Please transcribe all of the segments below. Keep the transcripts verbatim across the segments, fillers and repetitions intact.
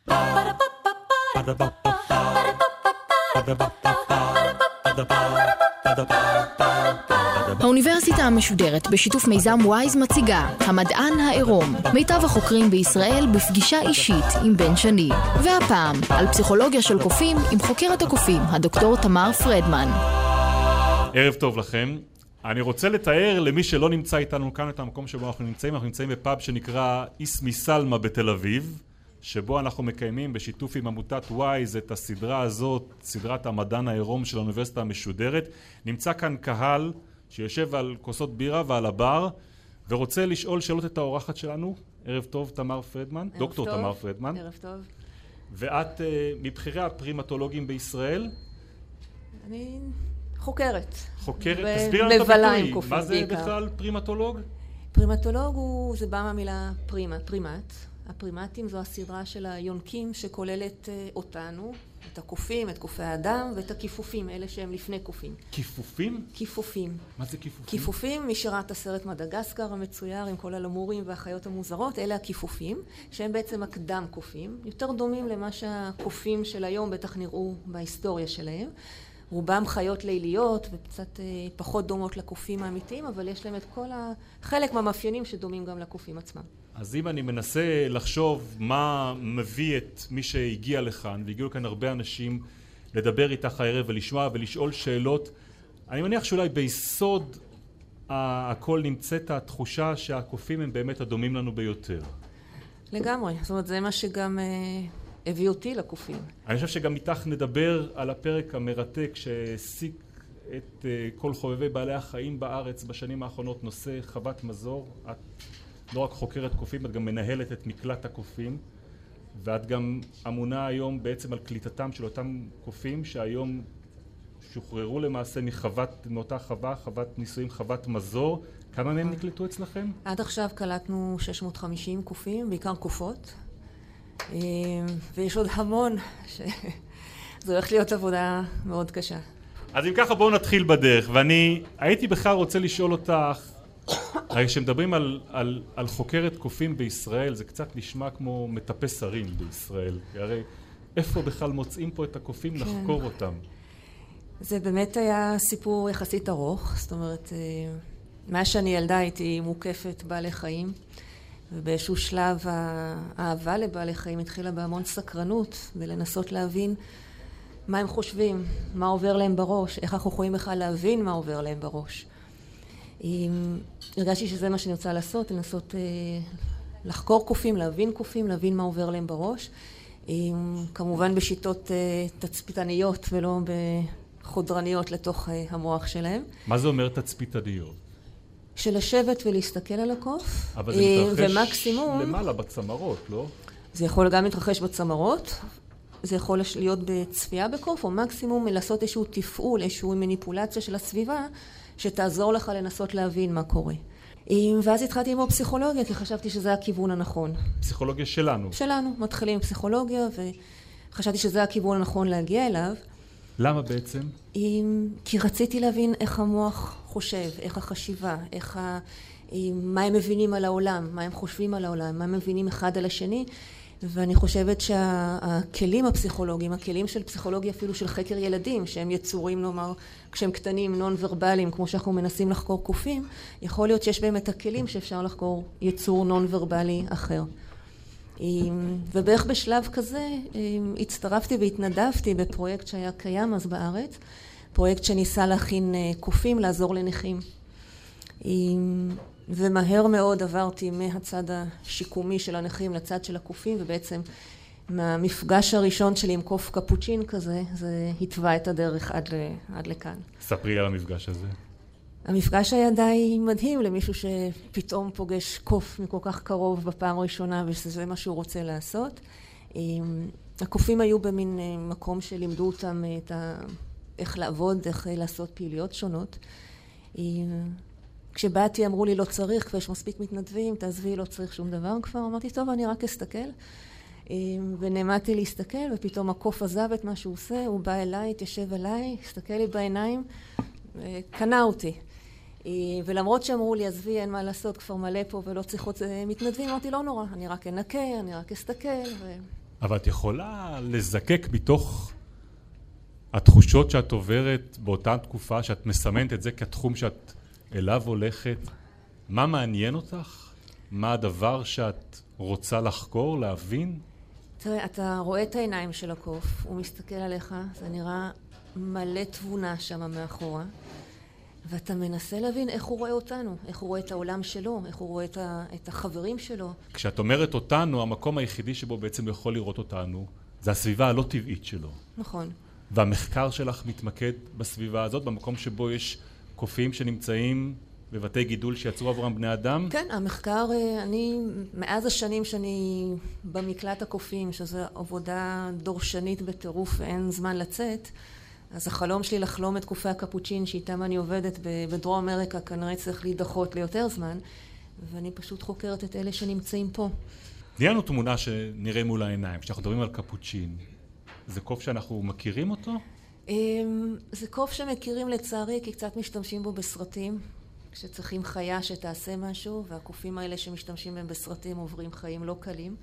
האוניברסיטה המשודרת בשיתוף מיזם וויז מציגה המדען העירום, מיטב החוקרים בישראל בפגישה אישית עם בן שני. והפעם על פסיכולוגיה של קופים עם חוקרת הקופים, הדוקטור תמר פרדמן. ערב טוב לכם. אני רוצה לתאר למי שלא נמצא איתנו כאן את המקום שבו אנחנו נמצאים. אנחנו נמצאים בפאב שנקרא איסמי סלמה בתל אביב, שבו אנחנו מקיימים בשיתוף עם עמותת וויז את הסדרה הזאת, סדרת המדען העירום של האוניברסיטה המשודרת. נמצא כאן קהל שיושב על כוסות בירה ועל הבר, ורוצה לשאול שאלות את האורחת שלנו. ערב טוב, תמר פרדמן, דוקטור תמר פרדמן. ערב טוב. ואת uh, מבחירי הפרימטולוגים בישראל? אני חוקרת. חוקרת? תסביר לנו את הביטוי. מה זה בכלל פרימטולוג? פרימטולוג הוא, זה בא מהמילה פרימה, פרימט. הפרימטים זו הסדרה של היונקים שכוללת אותנו, את הקופים, את קופי האדם ואת הכיפופים, אלה שהם לפני קופים. כיפופים? כיפופים. מה זה כיפופים? כיפופים, מי שראה את הסרט מדגסקר המצויר עם כל הלמורים והחיות המוזרות, אלה הכיפופים, שהם בעצם הקדם קופים, יותר דומים למה שהקופים של היום בטח נראו בהיסטוריה שלהם. רובם חיות ליליות וקצת פחות דומות לקופים האמיתיים, אבל יש להם את כל החלק מהמאפיינים שדומים גם לקופים עצמם. אז אם אני מנסה לחשוב מה מביא את מי שהגיע לכאן, והגיעו לכאן הרבה אנשים לדבר איתך הערב ולשמוע ולשאול שאלות, אני מניח שאולי ביסוד הכל נמצאת התחושה שהקופים הם באמת הדומים לנו ביותר. לגמרי, זאת אומרת זה מה שגם הביא אותי לקופים. אני חושב שגם איתך נדבר על הפרק המרתק שהעסיק את כל חובבי בעלי החיים בארץ בשנים האחרונות, נושא חוות מזור. את לא רק חוקרת קופים, את גם מנהלת את מקלט הקופים, ואת גם אמונה היום בעצם על קליטתם של אותם קופים שהיום שוחררו למעשה מחוות, מאותה חווה, חוות ניסויים, חוות מזור. כמה מהם נקלטו אצלכם? עד עכשיו קלטנו שש מאות וחמישים קופים, בעיקר קופות, ויש עוד המון שזו הולכת להיות עבודה מאוד קשה. אז אם ככה בואו נתחיל בדרך, ואני הייתי בכלל רוצה לשאול אותך, הרי כשמדברים על, על, על חוקרת קופים בישראל, זה קצת נשמע כמו מטפס הרים בישראל. הרי איפה בכלל מוצאים פה את הקופים כן. לחקור אותם? זה באמת היה סיפור יחסית ארוך. זאת אומרת, מה שאני ילדה הייתי מוקפת בעלי חיים, ובאיזשהו שלב האהבה לבעלי חיים התחילה בהמון סקרנות, ולנסות להבין מה הם חושבים, מה עובר להם בראש, איך אנחנו יכולים בכלל להבין מה עובר להם בראש. הרגשתי שזה מה שאני רוצה לעשות, לנסות לחקור קופים, להבין קופים, להבין מה עובר להם בראש. כמובן בשיטות תצפיתניות ולא בחודרניות לתוך המוח שלהם. מה זה אומר תצפיתניות? של לשבת ולהסתכל על הקוף. אבל זה מתרחש ומקסימום, למעלה בצמרות, לא? זה יכול גם להתרחש בצמרות. זה יכול להיות בצפייה בקוף, או מקסימום לעשות איזשהו תפעול, איזשהו מניפולציה של הסביבה, שתעזור לך לנסות להבין מה קורה. ואז התחלתי עם הפסיכולוגיה, כי חשבתי שזה הכיוון הנכון. פסיכולוגיה שלנו? שלנו. מתחילים עם פסיכולוגיה, וחשבתי שזה הכיוון הנכון להגיע אליו. למה בעצם? כי רציתי להבין איך המוח חושב, איך החשיבה, איך ה... מה הם מבינים על העולם, מה הם חושבים על העולם, מה הם מבינים אחד על השני, ואני חושבת שהכלים הפסיכולוגיים, הכלים של פסיכולוגיה אפילו של חקר ילדים, שהם יצורים, נאמר, כשהם קטנים, נון ורבליים, כמו שאנחנו מנסים לחקור קופים, יכול להיות שיש בהם את הכלים שאפשר לחקור יצור נון ורבלי אחר. ובערך בשלב כזה הצטרפתי והתנדבתי בפרויקט שהיה קיים אז בארץ, פרויקט שניסה להכין קופים, לעזור לנכים. ומהר מאוד עברתי מהצד השיקומי של הנכים לצד של הקופים, ובעצם מהמפגש הראשון שלי עם קוף קפוצ'ין כזה, זה התווה את הדרך עד, עד לכאן. ספרי על המפגש הזה. המפגש היה די מדהים למישהו שפתאום פוגש קוף מכל כך קרוב בפעם הראשונה, וזה מה שהוא רוצה לעשות. הקופים היו במין מקום שלימדו אותם את ה... איך לעבוד, איך לעשות פעילויות שונות. כשבאתי אמרו לי לא צריך, ויש מספיק מתנדבים, תעזבי, לא צריך שום דבר כבר. אמרתי, טוב, אני רק אסתכל. ונעמדתי להסתכל, ופתאום הקוף עזב את מה שהוא עושה, הוא בא אליי, התיישב אליי, הסתכל לי בעיניים, קנה אותי. ולמרות שאמרו לי, עזבי, אין מה לעשות, כבר מלא פה ולא צריכות מתנדבים, אמרתי, לא נורא, אני רק אנקה, אני רק אסתכל, אבל את יכולה לזקק מתוך התחושות שאת עוברת באותה תקופה, שאת מסמנת את זה כתחום שאת אליו הולכת, מה מעניין אותך? מה הדבר שאת רוצה לחקור, להבין? תראה, אתה רואה את העיניים של הקוף, הוא מסתכל עליך, זה נראה מלא תבונה שם מאחורה, ואתה מנסה להבין איך הוא רואה אותנו, איך הוא רואה את העולם שלו, איך הוא רואה את, ה, את החברים שלו. כשאת אומרת אותנו, המקום היחידי שבו בעצם יכול לראות אותנו, זה הסביבה הלא טבעית שלו. נכון. והמחקר שלך מתמקד בסביבה הזאת, במקום שבו יש קופים שנמצאים בבתי גידול שיצרו עבורם בני אדם? כן, המחקר, אני, מאז השנים שאני במקלט הקופים, שזו עבודה דורשנית בטירוף ואין זמן לצאת, אז החלום שלי לחלום את קופי הקפוצ'ין שאיתם אני עובדת בדרום אמריקה כנראה צריך להידחות ליותר זמן, ואני פשוט חוקרת את אלה שנמצאים פה. תני לנו תמונה שנראה מול העיניים, כשאנחנו מדברים על קפוצ'ין. זה קוף שאנחנו מכירים אותו? זה קוף שמכירים לצערי, כי קצת משתמשים בו בסרטים, כשצריכים חיה שתעשה משהו, והקופים האלה שמשתמשים בהם בסרטים עוברים חיים לא קלים.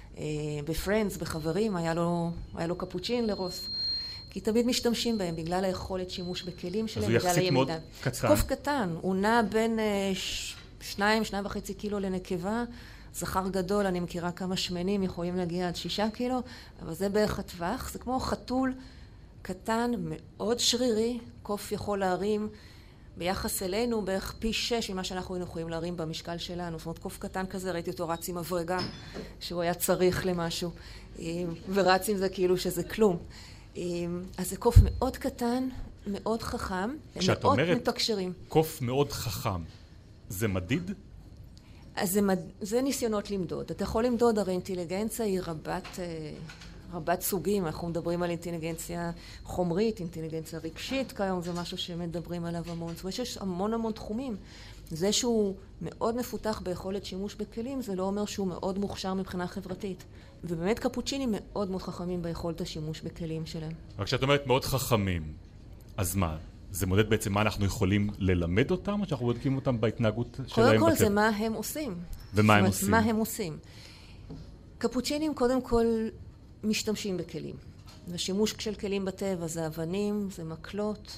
בפרנדס, בחברים, היה לו, היה לו קפוצ'ין לרוס. כי תמיד משתמשים בהם בגלל היכולת שימוש בכלים שלהם. אז הוא יחסית מאוד קטן. קוף קטן, הוא נע בין ש... שניים, שניים וחצי קילו לנקבה. זכר גדול, אני מכירה כמה שמנים יכולים להגיע עד שישה קילו, אבל זה בערך הטווח. זה כמו חתול קטן, מאוד שרירי, קוף יכול להרים ביחס אלינו בערך פי שש ממה שאנחנו יכולים להרים במשקל שלנו. זאת אומרת, קוף קטן כזה, ראיתי אותו רץ עם הברגה, שהוא היה צריך למשהו, ורץ עם זה כאילו שזה כלום. אז זה קוף מאוד קטן, מאוד חכם, כשאת מאוד אומרת מתקשרים. קוף מאוד חכם, זה מדיד? אז זה, מד... זה ניסיונות למדוד. אתה יכול למדוד, הרי אינטליגנציה היא רבת, רבת סוגים. אנחנו מדברים על אינטליגנציה חומרית, אינטליגנציה רגשית, כיום זה משהו שמדברים עליו המון. זאת אומרת שיש המון המון תחומים. זה שהוא מאוד מפותח ביכולת שימוש בכלים, זה לא אומר שהוא מאוד מוכשר מבחינה חברתית. ובאמת קפוצ'ינים מאוד מאוד חכמים ביכולת השימוש בכלים שלהם. רק כשאת אומרת מאוד חכמים, אז מה? זה מודד בעצם מה אנחנו יכולים ללמד אותם, או שאנחנו בודקים אותם בהתנהגות שלהם? קודם כל זה מה הם עושים. ומה הם עושים? מה הם עושים. קפוצ'ינים קודם כל משתמשים בכלים. ושימוש של כלים בטבע זה אבנים, זה מקלות,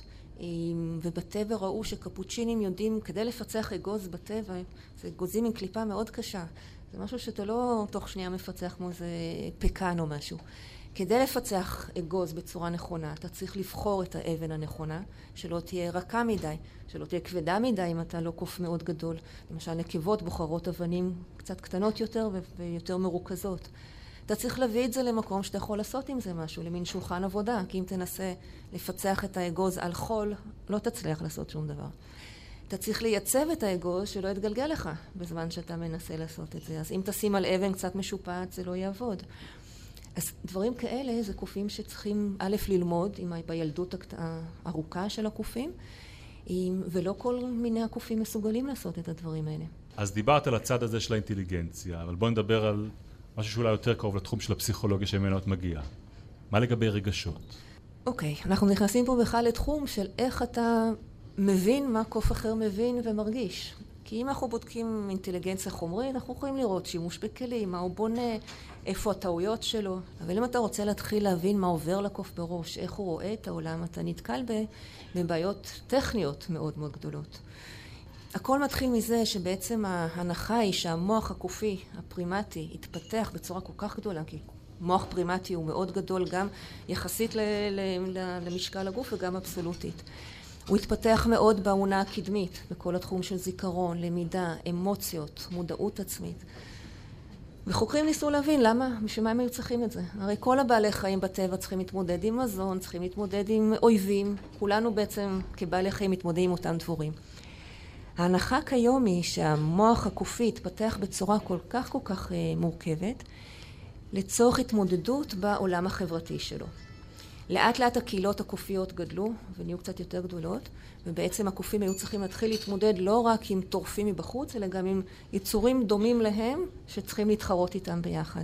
ובטבע ראו שקפוצ'ינים יודעים, כדי לפצח אגוז בטבע, זה אגוזים עם קליפה מאוד קשה. זה משהו שאתה לא תוך שנייה מפצח כמו איזה פקן או משהו. כדי לפצח אגוז בצורה נכונה, אתה צריך לבחור את האבן הנכונה, שלא תהיה רכה מדי, שלא תהיה כבדה מדי אם אתה לא קוף מאוד גדול. למשל, נקבות בוחרות אבנים קצת קטנות יותר ויותר מרוכזות. אתה צריך להביא את זה למקום שאתה יכול לעשות עם זה משהו, למין שולחן עבודה, כי אם תנסה לפצח את האגוז על חול, לא תצליח לעשות שום דבר. אתה צריך לייצב את האגוז שלא יתגלגל לך בזמן שאתה מנסה לעשות את זה. אז אם תשים על אבן קצת משופעת, זה לא יעבוד. אז דברים כאלה זה קופים שצריכים א' ללמוד עם בילדות הארוכה של הקופים, ולא כל מיני הקופים מסוגלים לעשות את הדברים האלה. אז דיברת על הצד הזה של האינטליגנציה, אבל בואו נדבר על משהו שאולי יותר קרוב לתחום של הפסיכולוגיה שממנו את מגיעה. מה לגבי רגשות? אוקיי, אנחנו נכנסים פה בכלל לתחום של איך אתה מבין מה קוף אחר מבין ומרגיש. כי אם אנחנו בודקים אינטליגנציה חומרית, אנחנו יכולים לראות שימוש בכלים, מה הוא בונה, איפה הטעויות שלו. אבל אם אתה רוצה להתחיל להבין מה עובר לקוף בראש, איך הוא רואה את העולם, אתה נתקל בבעיות טכניות מאוד מאוד גדולות. הכל מתחיל מזה שבעצם ההנחה היא שהמוח הקופי, הפרימטי, התפתח בצורה כל כך גדולה, כי מוח פרימטי הוא מאוד גדול גם יחסית ל- ל- למשקל הגוף וגם אבסולוטית. הוא התפתח מאוד בעונה הקדמית, בכל התחום של זיכרון, למידה, אמוציות, מודעות עצמית. וחוקרים ניסו להבין למה, בשביל מה הם היו צריכים את זה. הרי כל הבעלי חיים בטבע צריכים להתמודד עם מזון, צריכים להתמודד עם אויבים. כולנו בעצם כבעלי חיים מתמודדים עם אותם דבורים. ההנחה כיום היא שהמוח הקופי התפתח בצורה כל כך כל כך מורכבת, לצורך התמודדות בעולם החברתי שלו. לאט לאט הקהילות הקופיות גדלו ונהיו קצת יותר גדולות, ובעצם הקופים היו צריכים להתחיל להתמודד לא רק עם טורפים מבחוץ, אלא גם עם יצורים דומים להם שצריכים להתחרות איתם ביחד.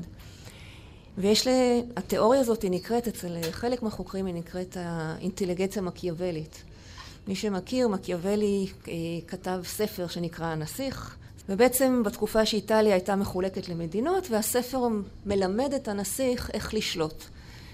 ויש לה, התיאוריה הזאת היא נקראת, אצל חלק מהחוקרים היא נקראת האינטליגנציה מקיאוולית. מי שמכיר, מקיאוולי כתב ספר שנקרא הנסיך, ובעצם בתקופה שאיטליה הייתה מחולקת למדינות, והספר מלמד את הנסיך איך לשלוט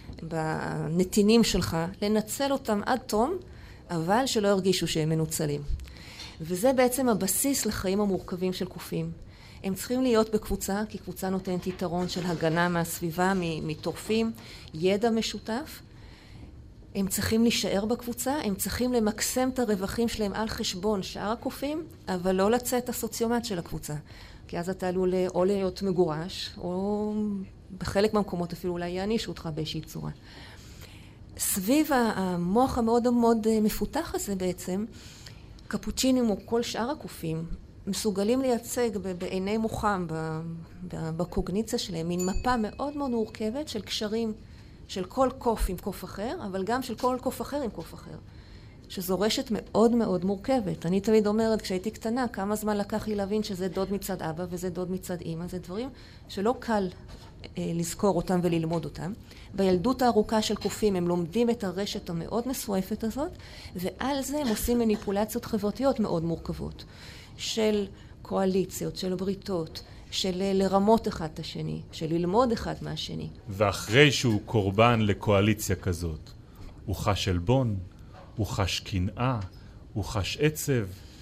בנתינים שלך, לנצל אותם עד תום, אבל שלא הרגישו שהם מנוצלים. וזה בעצם הבסיס לחיים המורכבים של קופים. הם צריכים להיות בקבוצה, כי קבוצה נותנת יתרון של הגנה מהסביבה, מטורפים, ידע משותף. הם צריכים להישאר בקבוצה, הם צריכים למקסם את הרווחים שלהם על חשבון שאר הקופים, אבל לא לצאת הסוציומט של הקבוצה. כי אז אתה עלול או להיות מגורש, או בחלק מהמקומות אפילו אולי יענישו אותך באיזושהי צורה. סביב המוח המאוד מאוד מפותח הזה בעצם, קפוצ'ינים או כל שאר הקופים מסוגלים לייצג בעיני מוחם, בקוגניציה שלהם, מין מפה מאוד מאוד מורכבת של קשרים של כל קוף עם קוף אחר, אבל גם של כל קוף אחר עם קוף אחר. שזו רשת מאוד מאוד מורכבת. אני תמיד אומרת, כשהייתי קטנה, כמה זמן לקח לי להבין שזה דוד מצד אבא וזה דוד מצד אמא. זה דברים שלא קל אה, לזכור אותם וללמוד אותם. בילדות הארוכה של קופים הם לומדים את הרשת המאוד מסועפת הזאת, ועל זה הם עושים מניפולציות חברתיות מאוד מורכבות. של קואליציות, של בריתות, של לרמות אחד את השני, של ללמוד אחד מהשני. ואחרי שהוא קורבן לקואליציה כזאת, הוא חש עלבון, הוא חש קנאה, הוא חש עצב.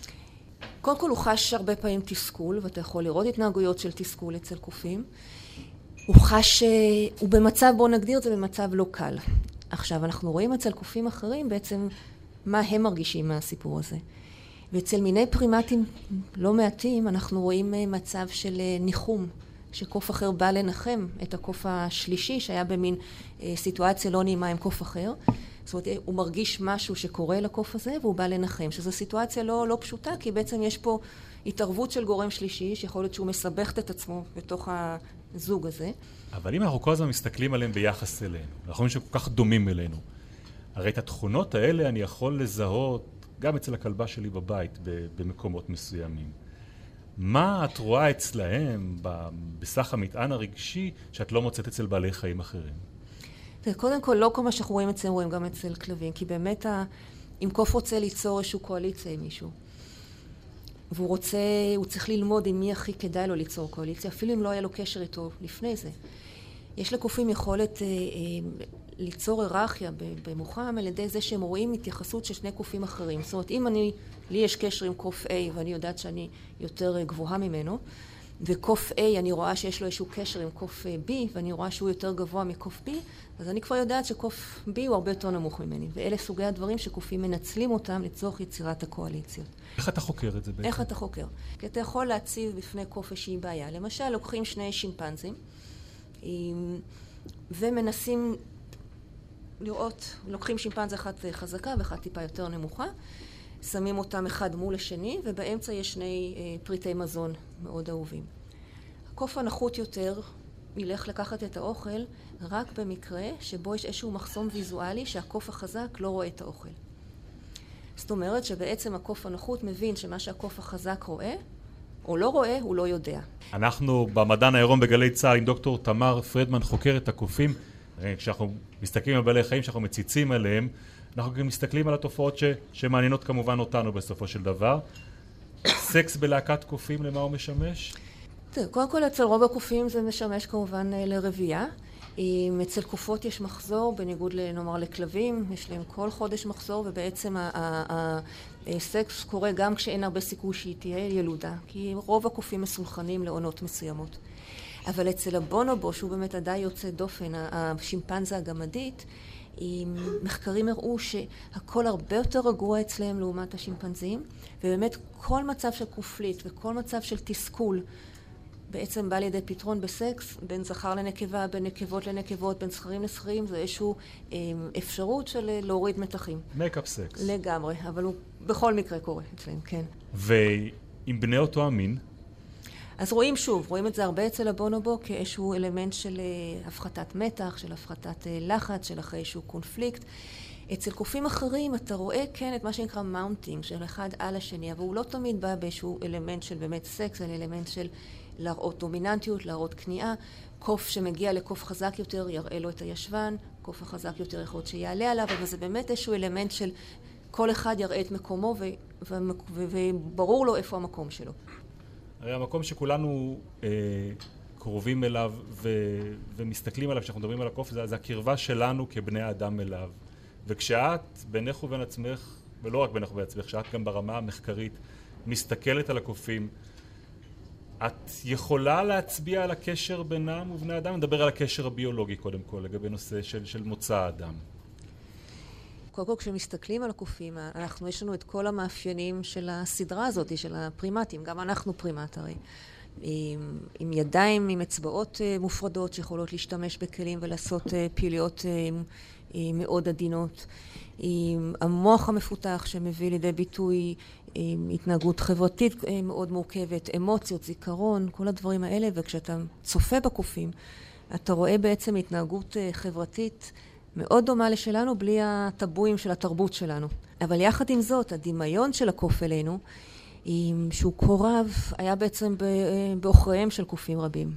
קודם כל הוא חש הרבה פעמים תסכול, ואתה יכול לראות התנהגויות של תסכול אצל קופים. הוא חש, הוא במצב, בוא נגדיר את זה במצב לא קל. עכשיו אנחנו רואים אצל קופים אחרים בעצם מה הם מרגישים מהסיפור הזה. ואצל מיני פרימטים לא מעטים אנחנו רואים מצב של ניחום, שקוף אחר בא לנחם את הקוף השלישי שהיה במין סיטואציה לא נעימה עם קוף אחר. זאת אומרת, הוא מרגיש משהו שקורה לקוף הזה והוא בא לנחם, שזו סיטואציה לא, לא פשוטה, כי בעצם יש פה התערבות של גורם שלישי, שיכול להיות שהוא מסבכת את עצמו בתוך הזוג הזה. אבל אם אנחנו כל הזמן מסתכלים עליהם ביחס אלינו, אנחנו רואים שהם כל כך דומים אלינו, הרי את התכונות האלה אני יכול לזהות גם אצל הכלבה שלי בבית במקומות מסוימים. מה את רואה אצלהם בסך המטען הרגשי שאת לא מוצאת אצל בעלי חיים אחרים? קודם כל, לא כל מה שאנחנו רואים אצלם רואים גם אצל כלבים, כי באמת אם קוף רוצה ליצור איזשהו קואליציה עם מישהו, והוא רוצה, הוא צריך ללמוד עם מי הכי כדאי לו ליצור קואליציה, אפילו אם לא היה לו קשר איתו לפני זה. יש לקופים יכולת אה, אה, ליצור היררכיה במוחם על ידי זה שהם רואים התייחסות של שני קופים אחרים. זאת אומרת, אם אני, לי יש קשר עם קוף A ואני יודעת שאני יותר גבוהה ממנו, וקוף A אני רואה שיש לו איזשהו קשר עם קוף B ואני רואה שהוא יותר גבוה מקוף B, אז אני כבר יודעת שקוף B הוא הרבה יותר נמוך ממני. ואלה סוגי הדברים שקופים מנצלים אותם לצורך יצירת הקואליציות. איך אתה חוקר את זה בעצם? איך אתה חוקר? כי אתה יכול להציב בפני קוף איזושהי בעיה. למשל, לוקחים שני שימפנזים ומנסים לראות, לוקחים שימפנזה אחת חזקה ואחת טיפה יותר נמוכה, שמים אותם אחד מול השני, ובאמצע יש שני אה, פריטי מזון מאוד אהובים. הקוף הנחות יותר ילך לקחת את האוכל רק במקרה שבו יש איזשהו מחסום ויזואלי שהקוף החזק לא רואה את האוכל. זאת אומרת שבעצם הקוף הנחות מבין שמה שהקוף החזק רואה, או לא רואה, הוא לא יודע. אנחנו במדען העירום בגלי צה"ל עם דוקטור תמר פרדמן חוקר את הקופים. כשאנחנו מסתכלים על בעלי חיים, שאנחנו מציצים עליהם, אנחנו גם מסתכלים על התופעות ש... שמעניינות כמובן אותנו בסופו של דבר. סקס בלהקת קופים, למה הוא משמש? קודם כל, אצל רוב הקופים זה משמש כמובן לרבייה. אצל קופות יש מחזור, בניגוד לנאמר לכלבים, יש להם כל חודש מחזור, ובעצם הסקס קורה גם כשאין הרבה סיכוי שהיא תהיה ילודה, כי רוב הקופים מסונכנים לעונות מסוימות. אבל אצל הבונובו, שהוא באמת עדיין יוצא דופן, השימפנזה הגמדית, מחקרים הראו שהכל הרבה יותר רגוע אצלם לעומת השימפנזים, ובאמת כל מצב של קופלית וכל מצב של תסכול בעצם בא לידי פתרון בסקס, בין זכר לנקבה, בין נקבות לנקבות, בין זכרים לזכרים, זה איזשהו אפשרות של להוריד מתחים. מייקאפ סקס. לגמרי, אבל הוא בכל מקרה קורה אצלם, כן. ועם בני אותו המין? אז רואים שוב, רואים את זה הרבה אצל הבונובו כאיזשהו אלמנט של הפחתת מתח, של הפחתת לחץ, של אחרי איזשהו קונפליקט. אצל קופים אחרים אתה רואה כן את מה שנקרא מאונטינג, של אחד על השני, אבל הוא לא תמיד בא באיזשהו אלמנט של באמת סקס, אלא אלמנט של להראות דומיננטיות, להראות כניעה. קוף שמגיע לקוף חזק יותר יראה לו את הישבן, קוף החזק יותר יכול להיות שיעלה עליו, אבל זה באמת איזשהו אלמנט של כל אחד יראה את מקומו ו- ו- ו- וברור לו איפה המקום שלו. הרי המקום שכולנו אה, קרובים אליו ו- ומסתכלים עליו, כשאנחנו מדברים על הקוף, זה, זה הקרבה שלנו כבני אדם אליו. וכשאת, בינך ובין עצמך, ולא רק בינך ובין עצמך, כשאת גם ברמה המחקרית, מסתכלת על הקופים, את יכולה להצביע על הקשר בינם ובני אדם? נדבר על הקשר הביולוגי קודם כל, לגבי נושא של, של מוצא האדם. קודם כל, כשמסתכלים על הקופים, אנחנו, יש לנו את כל המאפיינים של הסדרה הזאת, של הפרימטים. גם אנחנו פרימט הרי. עם, עם ידיים, עם אצבעות מופרדות, שיכולות להשתמש בכלים ולעשות פעילויות מאוד עדינות. עם המוח המפותח שמביא לידי ביטוי עם התנהגות חברתית מאוד מורכבת, אמוציות, זיכרון, כל הדברים האלה. וכשאתה צופה בקופים, אתה רואה בעצם התנהגות חברתית מאוד דומה לשלנו, בלי הטבועים של התרבות שלנו. אבל יחד עם זאת, הדמיון של הקוף אלינו, שהוא קורב, היה בעצם באוכריהם של קופים רבים.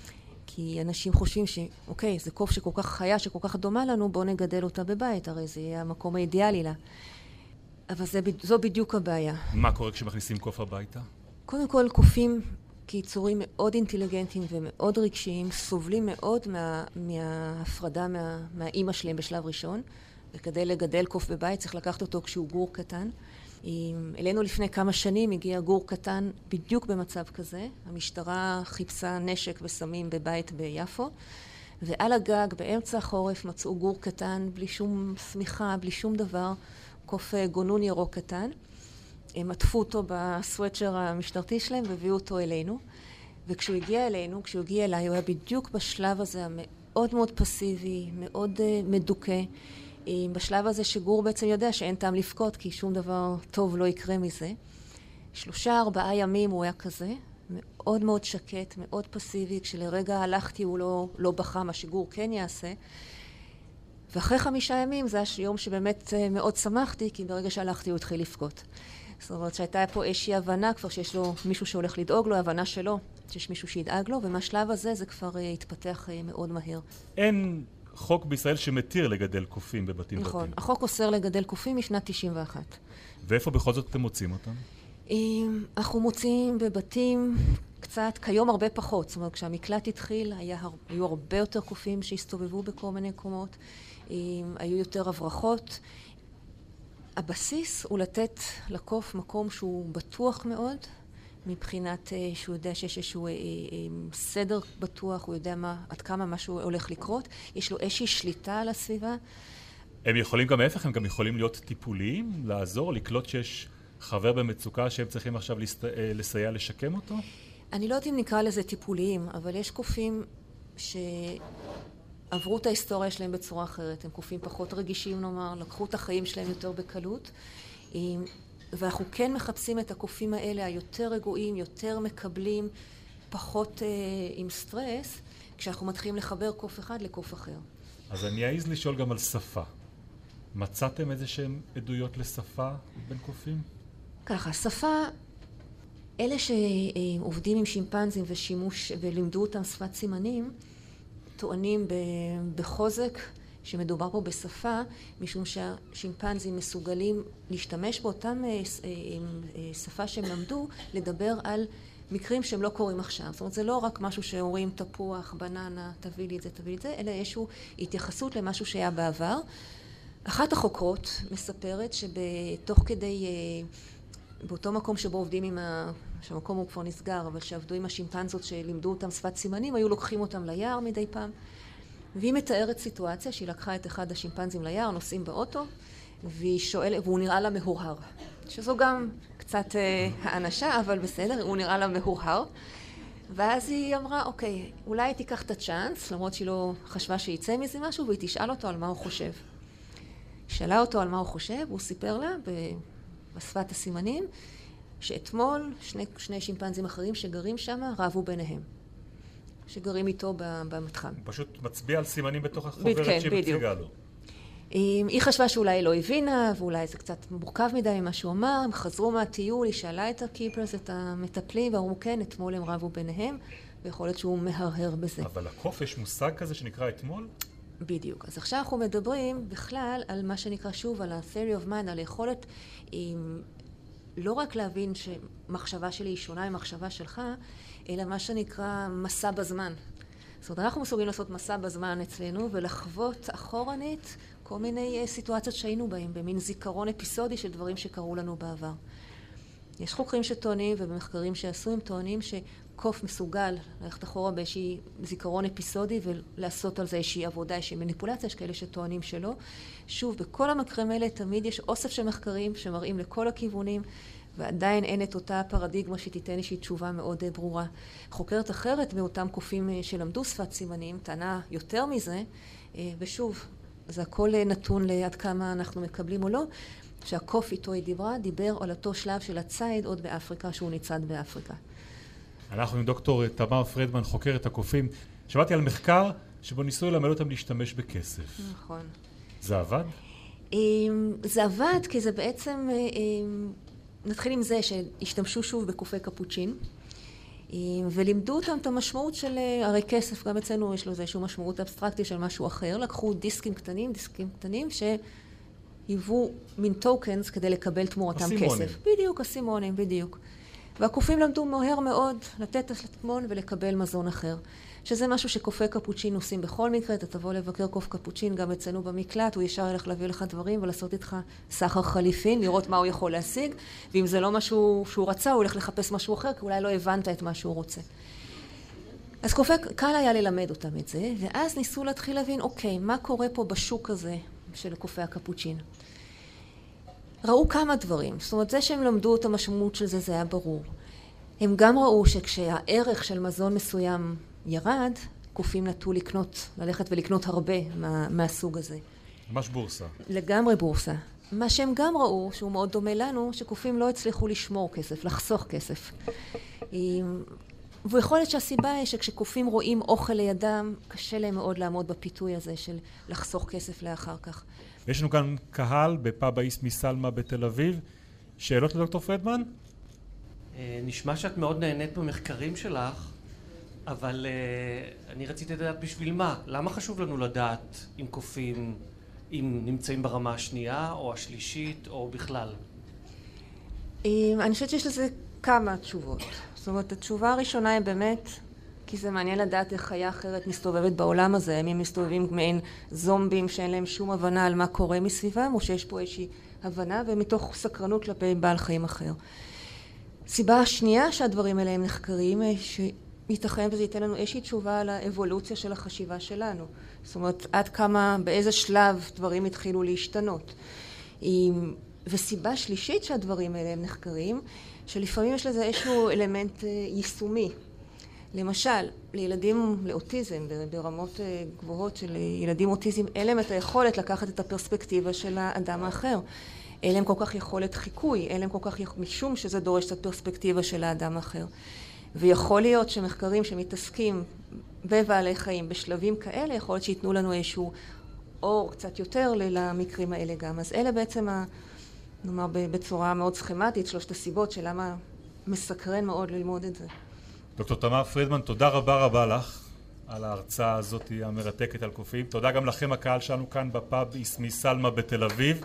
כי אנשים חושבים שאוקיי, זה קוף שכל כך חיה, שכל כך דומה לנו, בואו נגדל אותה בבית, הרי זה יהיה המקום האידיאלי לה. אבל זה, זו בדיוק הבעיה. מה קורה כשמכניסים קוף הביתה? קודם כל, קופים כיצורים מאוד אינטליגנטיים ומאוד רגשיים, סובלים מאוד מה, מההפרדה מה, מהאימא שלהם בשלב ראשון, וכדי לגדל קוף בבית צריך לקחת אותו כשהוא גור קטן. אלינו לפני כמה שנים הגיע גור קטן בדיוק במצב כזה. המשטרה חיפשה נשק וסמים בבית ביפו, ועל הגג באמצע החורף מצאו גור קטן בלי שום סמיכה, בלי שום דבר, קוף גונון ירוק קטן. הם עטפו אותו בסוואצ'ר המשטרתי שלהם והביאו אותו אלינו. וכשהוא הגיע אלינו, כשהוא הגיע אליי, הוא היה בדיוק בשלב הזה המאוד מאוד פסיבי, מאוד uh, מדוכא. בשלב הזה שגור בעצם יודע שאין טעם לפקוד, כי שום דבר טוב לא יקרה מזה. שלושה, ארבעה ימים הוא היה כזה, מאוד מאוד שקט, מאוד פסיבי. כשלרגע הלכתי הוא לא, לא בכה, מה שגור כן יעשה. ואחרי חמישה ימים זה היה יום שבאמת מאוד שמחתי, כי ברגע שהלכתי הוא התחיל לפקוד. זאת אומרת שהייתה פה איזושהי הבנה כבר שיש לו מישהו שהולך לדאוג לו, הבנה שלו, שיש מישהו שידאג לו, ומהשלב הזה זה כבר התפתח מאוד מהר. אין חוק בישראל שמתיר לגדל קופים בבתים פרטיים. נכון, החוק אוסר לגדל קופים משנת תשעים ואחת. ואיפה בכל זאת אתם מוצאים אותם? אנחנו מוצאים בבתים קצת, כיום הרבה פחות. זאת אומרת, כשהמקלט התחיל, היה, היו הרבה יותר קופים שהסתובבו בכל מיני מקומות, היו יותר הברחות. הבסיס הוא לתת לקוף מקום שהוא בטוח מאוד, מבחינת שהוא יודע שיש איזשהו סדר בטוח, הוא יודע מה, עד כמה משהו הולך לקרות, יש לו איזושהי שליטה על הסביבה. הם יכולים גם ההפך, הם גם יכולים להיות טיפוליים, לעזור, לקלוט שיש חבר במצוקה שהם צריכים עכשיו לסייע לשקם אותו? אני לא יודעת אם נקרא לזה טיפוליים, אבל יש קופים שעברו את ההיסטוריה שלהם בצורה אחרת. הם קופים פחות רגישים, נאמר, לקחו את החיים שלהם יותר בקלות. ואנחנו כן מחפשים את הקופים האלה, היותר רגועים, יותר מקבלים, פחות אה, עם סטרס, כשאנחנו מתחילים לחבר קוף אחד לקוף אחר. אז אני אעז לשאול גם על שפה. מצאתם איזה שהן עדויות לשפה בין קופים? ככה, שפה, אלה שעובדים עם שימפנזים ושימוש, ולימדו אותם שפת סימנים, טוענים בחוזק, שמדובר פה בשפה, משום שהשימפנזים מסוגלים להשתמש באותם שפה שהם למדו, לדבר על מקרים שהם לא קורים עכשיו. זאת אומרת, זה לא רק משהו שאומרים תפוח, בננה, תביא לי את זה, תביא לי את זה, אלא איזושהי התייחסות למשהו שהיה בעבר. אחת החוקרות מספרת שבתוך כדי, באותו מקום שבו עובדים עם ה... שהמקום הוא כבר נסגר, אבל שעבדו עם השימפנזות שלימדו אותם שפת סימנים, היו לוקחים אותם ליער מדי פעם. והיא מתארת סיטואציה שהיא לקחה את אחד השימפנזים ליער, נוסעים באוטו, והיא שואלת, והוא נראה לה מהורהר. שזו גם קצת אה, האנשה, אבל בסדר, הוא נראה לה מהורהר. ואז היא אמרה, אוקיי, אולי תיקח את הצ'אנס, למרות שהיא לא חשבה שיצא מזה משהו, והיא תשאל אותו על מה הוא חושב. שאלה אותו על מה הוא חושב, הוא סיפר לה בשפת הסימנים, שאתמול שני, שני שימפנזים אחרים שגרים שם רבו ביניהם. שגרים איתו במתחם. פשוט מצביע על סימנים בתוך החוברת כן, שהיא מציגה לו. היא חשבה שאולי לא הבינה, ואולי זה קצת מורכב מדי ממה שהוא אמר. הם חזרו מהטיול, היא שאלה את הקיפרס, את המטפלים, ואמרו כן, אתמול הם רבו ביניהם, ויכול להיות שהוא מהרהר בזה. אבל לקוף יש מושג כזה שנקרא אתמול? בדיוק. אז עכשיו אנחנו מדברים בכלל על מה שנקרא שוב, על ה-theory of mind, על היכולת עם, לא רק להבין שמחשבה שלי היא שונה ממחשבה שלך, אלא מה שנקרא מסע בזמן. זאת אומרת, אנחנו מסוגלים לעשות מסע בזמן אצלנו ולחוות אחורנית כל מיני סיטואציות שהיינו בהם, במין זיכרון אפיסודי של דברים שקרו לנו בעבר. יש חוקרים שטוענים, ובמחקרים שעשו הם טוענים, שקוף מסוגל ללכת אחורה באיזושהי זיכרון אפיסודי ולעשות על זה איזושהי עבודה, איזושהי מניפולציה, יש כאלה שטוענים שלא. שוב, בכל המקרים האלה תמיד יש אוסף של מחקרים שמראים לכל הכיוונים, ועדיין אין את אותה פרדיגמה שתיתן איזושהי תשובה מאוד ברורה. חוקרת אחרת מאותם קופים שלמדו שפת סימנים, טענה יותר מזה, ושוב, זה הכל נתון לעד כמה אנחנו מקבלים או לא, שהקוף איתו היא דיברה, דיבר על אותו שלב של הציד עוד באפריקה, שהוא ניצד באפריקה. אנחנו עם דוקטור תמר פרדמן, חוקרת הקופים. שמעתי על מחקר שבו ניסו ללמד אותם להשתמש בכסף. נכון. זה עבד? זה עבד כי זה בעצם, נתחיל עם זה שהשתמשו שוב בקופי קפוצ'ין, ולימדו אותם את המשמעות של, הרי כסף, גם אצלנו יש לו איזושהי משמעות אבסטרקטית של משהו אחר, לקחו דיסקים קטנים, דיסקים קטנים שהיוו מין טוקנס כדי לקבל תמורתם הסימונים. כסף. בדיוק, הסימונים, בדיוק. והקופים למדו מהר מאוד לתת הסימון ולקבל מזון אחר. שזה משהו שקופי קפוצ'ין עושים בכל מקרה, אתה תבוא לבקר קוף קפוצ'ין גם אצלנו במקלט, הוא ישר ילך להביא לך דברים ולעשות איתך סחר חליפין, לראות מה הוא יכול להשיג, ואם זה לא משהו שהוא רצה, הוא ילך לחפש משהו אחר, כי אולי לא הבנת את מה שהוא רוצה. אז קופי, קל היה ללמד אותם את זה, ואז ניסו להתחיל להבין, אוקיי, מה קורה פה בשוק הזה של קופי הקפוצ'ין? ראו כמה דברים, זאת אומרת, זה שהם למדו את המשמעות של זה, זה היה ברור. הם גם ראו שכשהערך של מזון מסוים ירד, קופים נטו לקנות, ללכת ולקנות הרבה מה, מהסוג הזה. ממש בורסה. לגמרי בורסה. מה שהם גם ראו, שהוא מאוד דומה לנו, שקופים לא הצליחו לשמור כסף, לחסוך כסף. ויכול להיות שהסיבה היא שכשקופים רואים אוכל לידם, קשה להם מאוד לעמוד בפיתוי הזה של לחסוך כסף לאחר כך. יש לנו כאן קהל בפאב האיס מסלמה בתל אביב. שאלות לדוקטור פרדמן? נשמע שאת מאוד נהנית במחקרים שלך, אבל uh, אני רציתי לדעת בשביל מה. למה חשוב לנו לדעת אם קופים, אם נמצאים ברמה השנייה או השלישית או בכלל? אני חושבת שיש לזה כמה תשובות. זאת אומרת, התשובה הראשונה היא באמת, כי זה מעניין לדעת איך חיה אחרת מסתובבת בעולם הזה, אם הם מסתובבים מעין זומבים שאין להם שום הבנה על מה קורה מסביבם, או שיש פה איזושהי הבנה ומתוך סקרנות כלפי בעל חיים אחר. סיבה השנייה שהדברים האלה הם נחקרים, ייתכן וזה ייתן לנו איזושהי תשובה על האבולוציה של החשיבה שלנו. זאת אומרת, עד כמה, באיזה שלב דברים התחילו להשתנות. וסיבה שלישית שהדברים האלה הם נחקרים, שלפעמים יש לזה איזשהו אלמנט יישומי. למשל, לילדים לאוטיזם, ברמות גבוהות של ילדים אוטיזם, אין להם את היכולת לקחת את הפרספקטיבה של האדם האחר. אין להם כל כך יכולת חיקוי, אין להם כל כך יכולת, משום שזה דורש את הפרספקטיבה של האדם האחר. ויכול להיות שמחקרים שמתעסקים בבעלי חיים בשלבים כאלה, יכול להיות שיתנו לנו איזשהו אור קצת יותר למקרים האלה גם. אז אלה בעצם, ה, נאמר בצורה מאוד סכמטית, שלושת הסיבות של למה מסקרן מאוד ללמוד את זה. דוקטור תמר פרדמן, תודה רבה רבה לך על ההרצאה הזאת המרתקת על קופים. תודה גם לכם הקהל שלנו כאן בפאב איס מסלמה בתל אביב.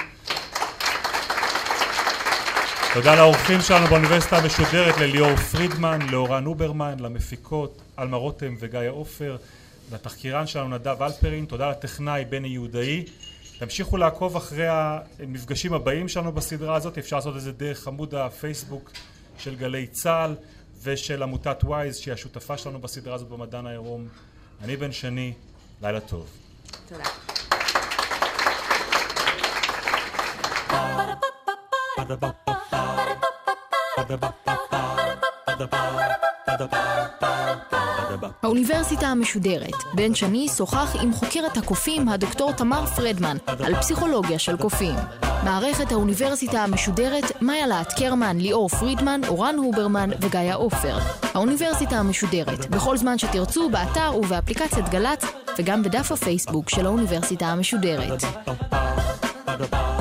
תודה לאורחים שלנו באוניברסיטה המשודרת, לליאור פרידמן, לאורן אוברמן, למפיקות אלמה רותם וגיא עופר, לתחקירן שלנו נדב אלפרין, תודה לטכנאי בני יהודאי. תמשיכו לעקוב אחרי המפגשים הבאים שלנו בסדרה הזאת, אפשר לעשות את זה דרך עמוד הפייסבוק של גלי צה"ל ושל עמותת וויז שהיא השותפה שלנו בסדרה הזאת במדען העירום. אני בן שני, לילה טוב. תודה. האוניברסיטה המשודרת. בן שני שוחח עם חוקרת הקופים הדוקטור תמר פרדמן על פסיכולוגיה של קופים. מערכת האוניברסיטה המשודרת, מאיה להט קרמן, ליאור פרידמן, אורן הוברמן וגיא עופר. האוניברסיטה המשודרת, בכל זמן שתרצו, באתר ובאפליקציית גל"צ וגם בדף הפייסבוק של האוניברסיטה המשודרת.